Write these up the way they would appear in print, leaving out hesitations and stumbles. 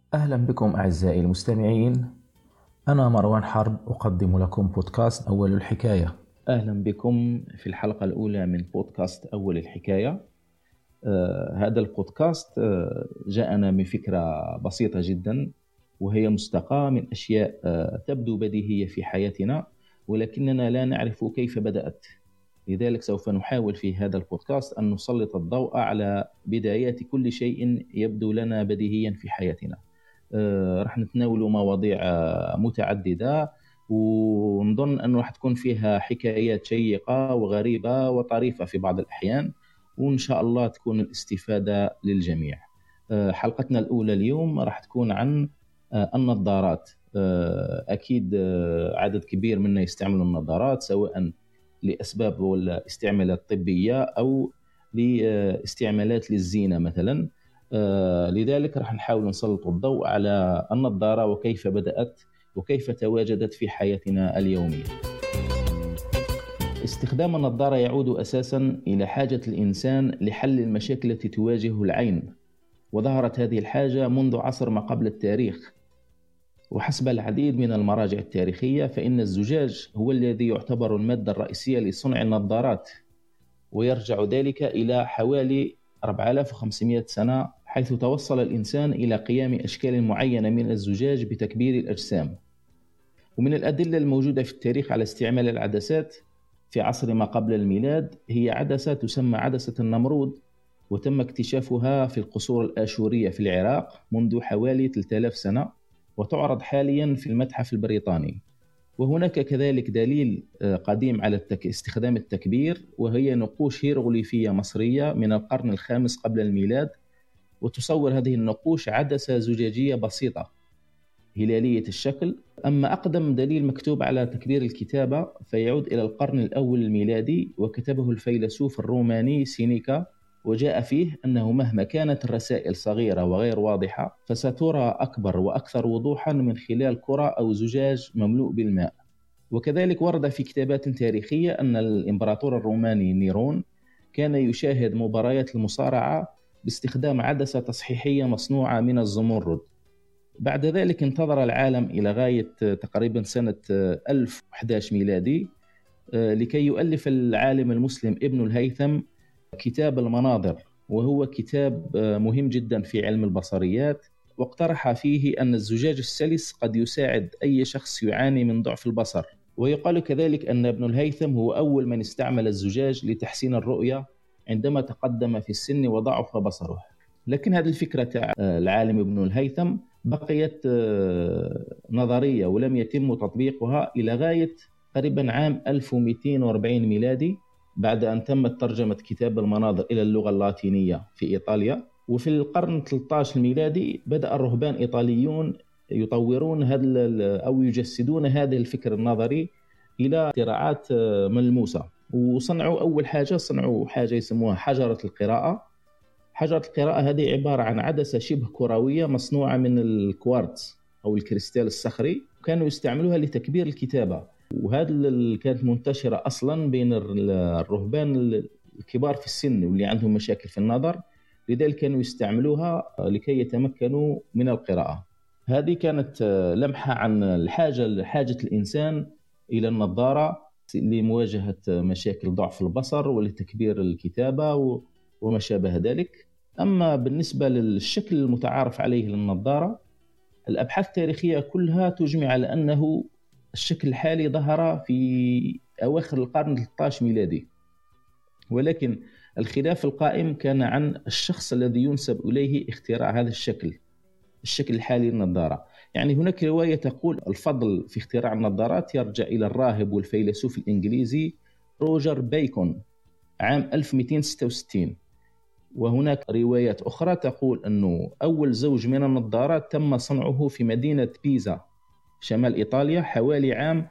أهلا بكم أعزائي المستمعين. أنا مروان حرب أقدم لكم بودكاست أول الحكاية. أهلا بكم في الحلقة الأولى من بودكاست أول الحكاية. هذا البودكاست جاءنا من فكرة بسيطة جدا، وهي مستقاة من أشياء تبدو بديهية في حياتنا، ولكننا لا نعرف كيف بدأت. لذلك سوف نحاول في هذا البودكاست أن نسلط الضوء على بدايات كل شيء يبدو لنا بديهيا في حياتنا. راح نتناول مواضيع متعددة، ونظن أنه راح تكون فيها حكايات شيقة وغريبة وطريفة في بعض الأحيان، وإن شاء الله تكون الاستفادة للجميع. حلقتنا الأولى اليوم راح تكون عن النظارات. أكيد عدد كبير منا يستعملوا النظارات، سواء لأسباب والاستعمالات طبية أو لاستعمالات للزينة مثلا. لذلك راح نحاول نسلط الضوء على النظارة وكيف بدأت وكيف تواجدت في حياتنا اليومية. استخدام النظارة يعود أساسا إلى حاجة الإنسان لحل المشاكل التي تواجه العين، وظهرت هذه الحاجة منذ عصر ما قبل التاريخ. وحسب العديد من المراجع التاريخية فإن الزجاج هو الذي يعتبر المادة الرئيسية لصنع النظارات، ويرجع ذلك إلى حوالي 4500 سنة، حيث توصل الإنسان إلى قيام أشكال معينة من الزجاج بتكبير الأجسام. ومن الأدلة الموجودة في التاريخ على استعمال العدسات في عصر ما قبل الميلاد هي عدسة تسمى عدسة النمرود، وتم اكتشافها في القصور الآشورية في العراق منذ حوالي 3000 سنة، وتعرض حاليا في المتحف البريطاني. وهناك كذلك دليل قديم على استخدام التكبير، وهي نقوش هيروغليفية مصرية من القرن الخامس قبل الميلاد، وتصور هذه النقوش عدسة زجاجية بسيطة هلالية الشكل. أما أقدم دليل مكتوب على تكبير الكتابة فيعود إلى القرن الأول الميلادي، وكتبه الفيلسوف الروماني سينيكا، وجاء فيه أنه مهما كانت الرسائل صغيرة وغير واضحة فسترى أكبر وأكثر وضوحا من خلال كرة أو زجاج مملوء بالماء. وكذلك ورد في كتابات تاريخية أن الإمبراطور الروماني نيرون كان يشاهد مباريات المصارعة باستخدام عدسة تصحيحية مصنوعة من الزمرد. بعد ذلك انتظر العالم إلى غاية تقريبا سنة 1011 ميلادي لكي يؤلف العالم المسلم ابن الهيثم كتاب المناظر، وهو كتاب مهم جدا في علم البصريات، واقترح فيه أن الزجاج السلس قد يساعد أي شخص يعاني من ضعف البصر. ويقال كذلك أن ابن الهيثم هو أول من استعمل الزجاج لتحسين الرؤية عندما تقدم في السن وضعف بصره. لكن هذه الفكرة تاع العالم ابن الهيثم بقيت نظرية ولم يتم تطبيقها إلى غاية تقريبا عام 1240 ميلادي، بعد أن تمت ترجمة كتاب المناظر إلى اللغة اللاتينية في إيطاليا. وفي القرن 13 الميلادي بدأ الرهبان إيطاليون يطورون أو يجسدون هذا الفكر النظري إلى اختراعات ملموسة، وصنعوا أول حاجة حاجة يسموها حجرة القراءة. حجرة القراءة هذه عبارة عن عدسة شبه كروية مصنوعة من الكوارتز أو الكريستال الصخري، كانوا يستعملوها لتكبير الكتابة. وهذا كانت منتشرة أصلا بين الرهبان الكبار في السن واللي عندهم مشاكل في النظر، لذلك كانوا يستعملوها لكي يتمكنوا من القراءة. هذه كانت لمحة عن حاجة الإنسان إلى النظارة لمواجهة مشاكل ضعف البصر ولتكبير الكتابة وما شابه ذلك. أما بالنسبة للشكل المتعارف عليه للنظارة، الأبحاث التاريخية كلها تجمع على أنه الشكل الحالي ظهر في أواخر القرن 13 ميلادي، ولكن الخلاف القائم كان عن الشخص الذي ينسب إليه اختراع هذا الشكل الحالي للنظارة. يعني هناك رواية تقول الفضل في اختراع النظارات يرجع إلى الراهب والفيلسوف الإنجليزي روجر بيكون عام 1266. وهناك روايات أخرى تقول أنه أول زوج من النظارات تم صنعه في مدينة بيزا شمال إيطاليا حوالي عام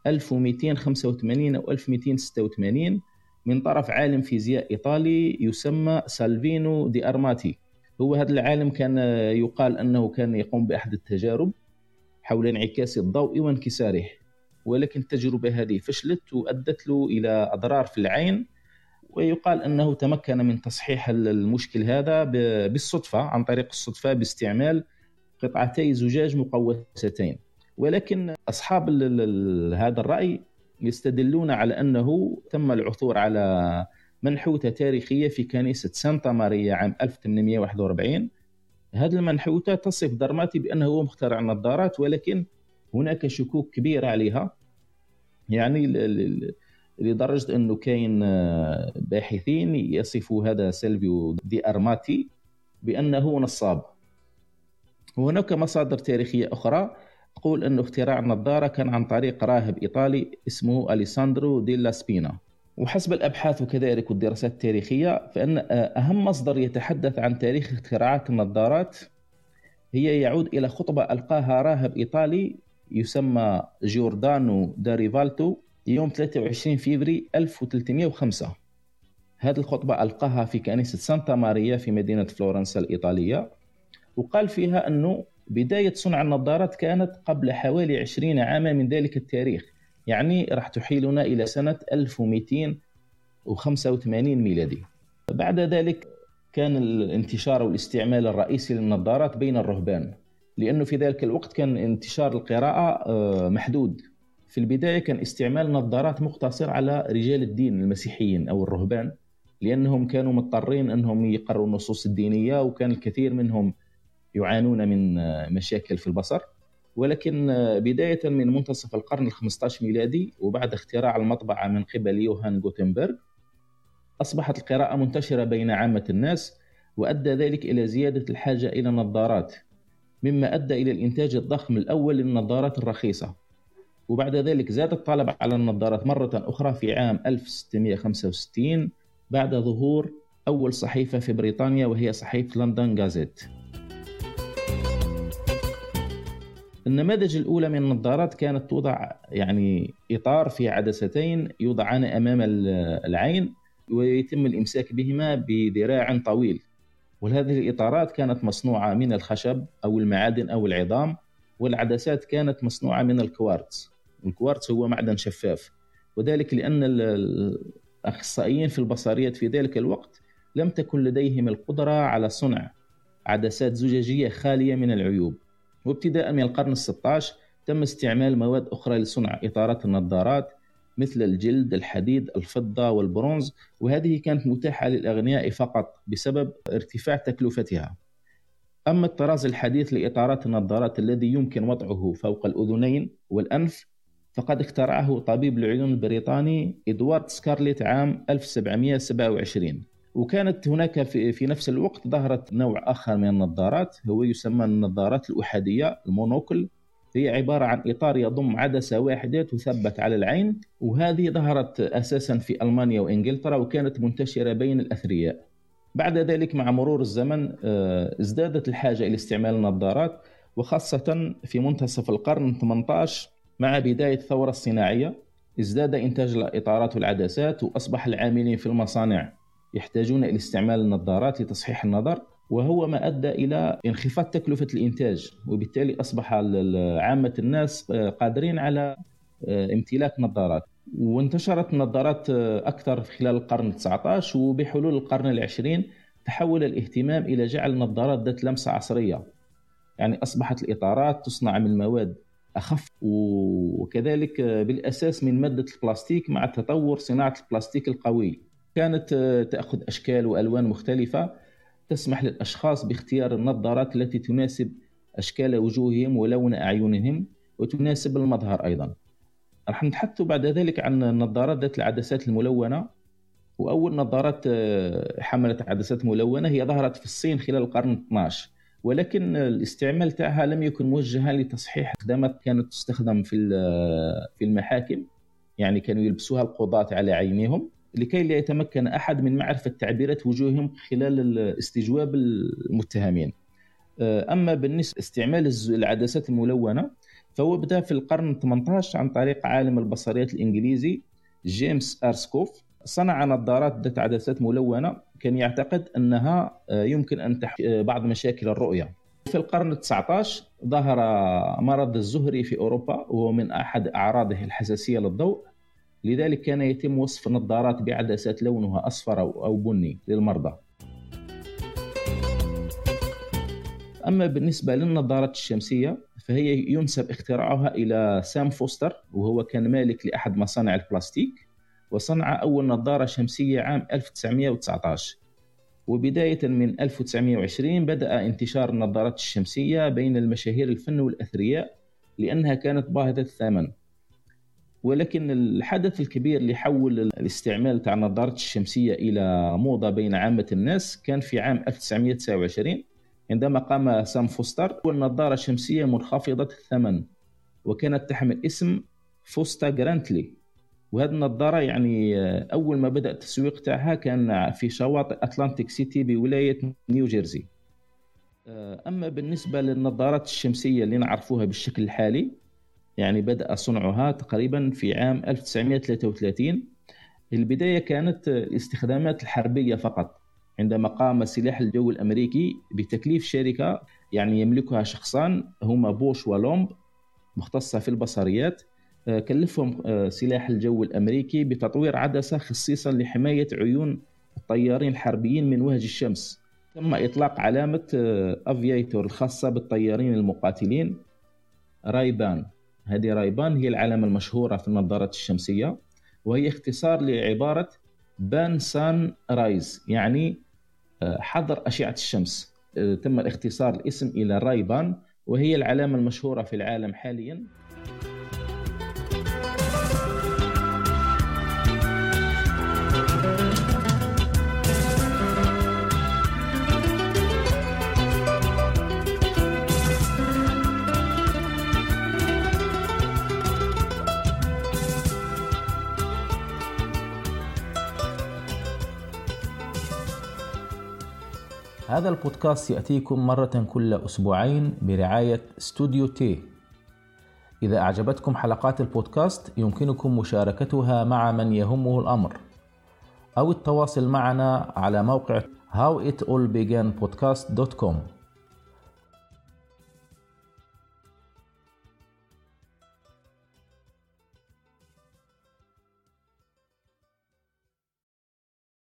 1285 أو 1286 من طرف عالم فيزياء إيطالي يسمى سالفينو دي أرماتي. هو هذا العالم كان يقال أنه كان يقوم بأحد التجارب حول انعكاس الضوء وانكساره، ولكن التجربة هذه فشلت وأدت له إلى أضرار في العين، ويقال أنه تمكن من تصحيح المشكل هذا بالصدفة، عن طريق الصدفة، باستعمال قطعتي زجاج مقوستين. ولكن أصحاب هذا الرأي يستدلون على أنه تم العثور على منحوتة تاريخية في كنيسة سانتا ماريا عام 1841. هذه المنحوتة تصف درماتي بأنه هو مخترع النظارات، ولكن هناك شكوك كبيرة عليها، يعني لدرجة أنه كاين باحثين يصفوا هذا سيلفيو دي أرماتي بأنه نصاب. وهناك مصادر تاريخية أخرى تقول أن اختراع النظارة كان عن طريق راهب إيطالي اسمه أليساندرو ديلا سبينا. وحسب الأبحاث وكذلك الدراسات التاريخية، فإن أهم مصدر يتحدث عن تاريخ اختراعات النظارات هي يعود إلى خطبة ألقاها راهب إيطالي يسمى جوردانو دا ريفالتو يوم 23 فبراير 1305. هذه الخطبة ألقاها في كنيسة سانتا ماريا في مدينة فلورنسا الإيطالية، وقال فيها أنه بداية صنع النظارات كانت قبل حوالي 20 عاما من ذلك التاريخ، يعني راح تحيلنا إلى سنة 1285 ميلادي. بعد ذلك كان الانتشار والاستعمال الرئيسي للنظارات بين الرهبان، لأنه في ذلك الوقت كان انتشار القراءة محدود. في البداية كان استعمال النظارات مقتصر على رجال الدين المسيحيين أو الرهبان، لأنهم كانوا مضطرين أنهم يقروا النصوص الدينية، وكان الكثير منهم يعانون من مشاكل في البصر. ولكن بداية من منتصف القرن ال15 ميلادي وبعد اختراع المطبعة من قبل يوهان غوتنبرغ، أصبحت القراءة منتشرة بين عامة الناس، وأدى ذلك إلى زيادة الحاجة إلى النظارات، مما أدى إلى الإنتاج الضخم الأول للنظارات الرخيصة. وبعد ذلك زاد الطلب على النظارات مرة أخرى في عام 1665 بعد ظهور أول صحيفة في بريطانيا، وهي صحيفة لندن جازيت. النماذج الأولى من النظارات كانت توضع يعني إطار في عدستين يوضعان أمام العين ويتم الإمساك بهما بذراع طويل، وهذه الإطارات كانت مصنوعة من الخشب أو المعادن أو العظام، والعدسات كانت مصنوعة من الكوارتز. الكوارتز هو معدن شفاف، وذلك لأن الأخصائيين في البصريات في ذلك الوقت لم تكن لديهم القدرة على صنع عدسات زجاجية خالية من العيوب. وابتداء من القرن ال16 تم استعمال مواد أخرى لصنع إطارات النظارات مثل الجلد، الحديد، الفضة والبرونز، وهذه كانت متاحة للأغنياء فقط بسبب ارتفاع تكلفتها. أما الطراز الحديث لإطارات النظارات الذي يمكن وضعه فوق الأذنين والأنف فقد اخترعه طبيب العيون البريطاني إدوارد سكارليت عام 1727. وكانت هناك في نفس الوقت ظهرت نوع آخر من النظارات هو يسمى النظارات الأحادية المونوكل. هي عبارة عن إطار يضم عدسة واحدة تثبت على العين، وهذه ظهرت أساسا في ألمانيا وإنجلترا وكانت منتشرة بين الأثرياء. بعد ذلك مع مرور الزمن ازدادت الحاجة إلى استعمال النظارات، وخاصة في منتصف القرن 18 مع بداية الثورة الصناعية ازداد إنتاج الإطارات والعدسات، وأصبح العاملين في المصانع يحتاجون إلى استعمال النظارات لتصحيح النظر، وهو ما أدى إلى انخفاض تكلفة الإنتاج، وبالتالي أصبح عامة الناس قادرين على امتلاك نظارات. وانتشرت النظارات أكثر خلال القرن 19، وبحلول القرن العشرين تحول الاهتمام إلى جعل النظارات ذات لمسة عصرية، يعني أصبحت الإطارات تصنع من مواد أخف وكذلك بالأساس من مادة البلاستيك، مع تطور صناعة البلاستيك القوي. كانت تأخذ أشكال وألوان مختلفة تسمح للأشخاص باختيار النظارات التي تناسب أشكال وجوههم ولون أعينهم وتناسب المظهر أيضا. راح نتحدث بعد ذلك عن النظارات ذات العدسات الملونة. وأول نظارات حملت عدسات ملونة هي ظهرت في الصين خلال القرن 12، ولكن الاستعمال تاعها لم يكن موجها لتصحيح خدمات كانت تستخدم في المحاكم، يعني كانوا يلبسوها القضاة على عينيهم لكي لا يتمكن أحد من معرفة تعبيرات وجوههم خلال استجواب المتهمين. أما بالنسبة لاستعمال العدسات الملونة فهو بدأ في القرن 18 عن طريق عالم البصريات الإنجليزي جيمس أرسكوف. صنع نظارات ذات عدسات ملونة كان يعتقد أنها يمكن أن تحل بعض مشاكل الرؤية. في القرن 19 ظهر مرض الزهري في أوروبا، وهو من أحد أعراضه الحساسية للضوء، لذلك كان يتم وصف النظارات بعدسات لونها أصفر أو بني للمرضى. أما بالنسبة للنظارات الشمسية فهي ينسب اختراعها إلى سام فوستر، وهو كان مالك لأحد مصانع البلاستيك، وصنع أول نظارة شمسية عام 1919. وبداية من 1920 بدأ انتشار النظارات الشمسية بين المشاهير الفن والأثرياء لأنها كانت باهظة الثمن. ولكن الحدث الكبير اللي حول الاستعمال تاع النظارات الشمسية إلى موضة بين عامة الناس كان في عام 1929 عندما قام سام فوستر بالنظارة شمسية منخفضة الثمن، وكانت تحمل اسم فوستا جرانتلي. وهذه النظارة يعني أول ما بدأ التسويق تاعها كان في شواطئ أتلانتيك سيتي بولاية نيوجيرسي. أما بالنسبة للنظارات الشمسية اللي نعرفوها بالشكل الحالي، يعني بدأ صنعها تقريبا في عام 1933. البداية كانت الاستخدامات الحربية فقط، عندما قام سلاح الجو الأمريكي بتكليف شركة يعني يملكها شخصان هما بوش ولومب مختصة في البصريات. كلفهم سلاح الجو الأمريكي بتطوير عدسة خصيصا لحماية عيون الطيارين الحربيين من وهج الشمس. تم إطلاق علامة أفياتور الخاصة بالطيارين المقاتلين رايبان. هذه رايبان هي العلامة المشهورة في النظارات الشمسية، وهي اختصار لعبارة بان سان رايز، يعني حظر أشعة الشمس. تم الاختصار الاسم إلى رايبان، وهي العلامة المشهورة في العالم حاليا. هذا البودكاست يأتيكم مرة كل أسبوعين برعاية استوديو تي. إذا أعجبتكم حلقات البودكاست يمكنكم مشاركتها مع من يهمه الأمر، أو التواصل معنا على موقع howitallbeganpodcast.com.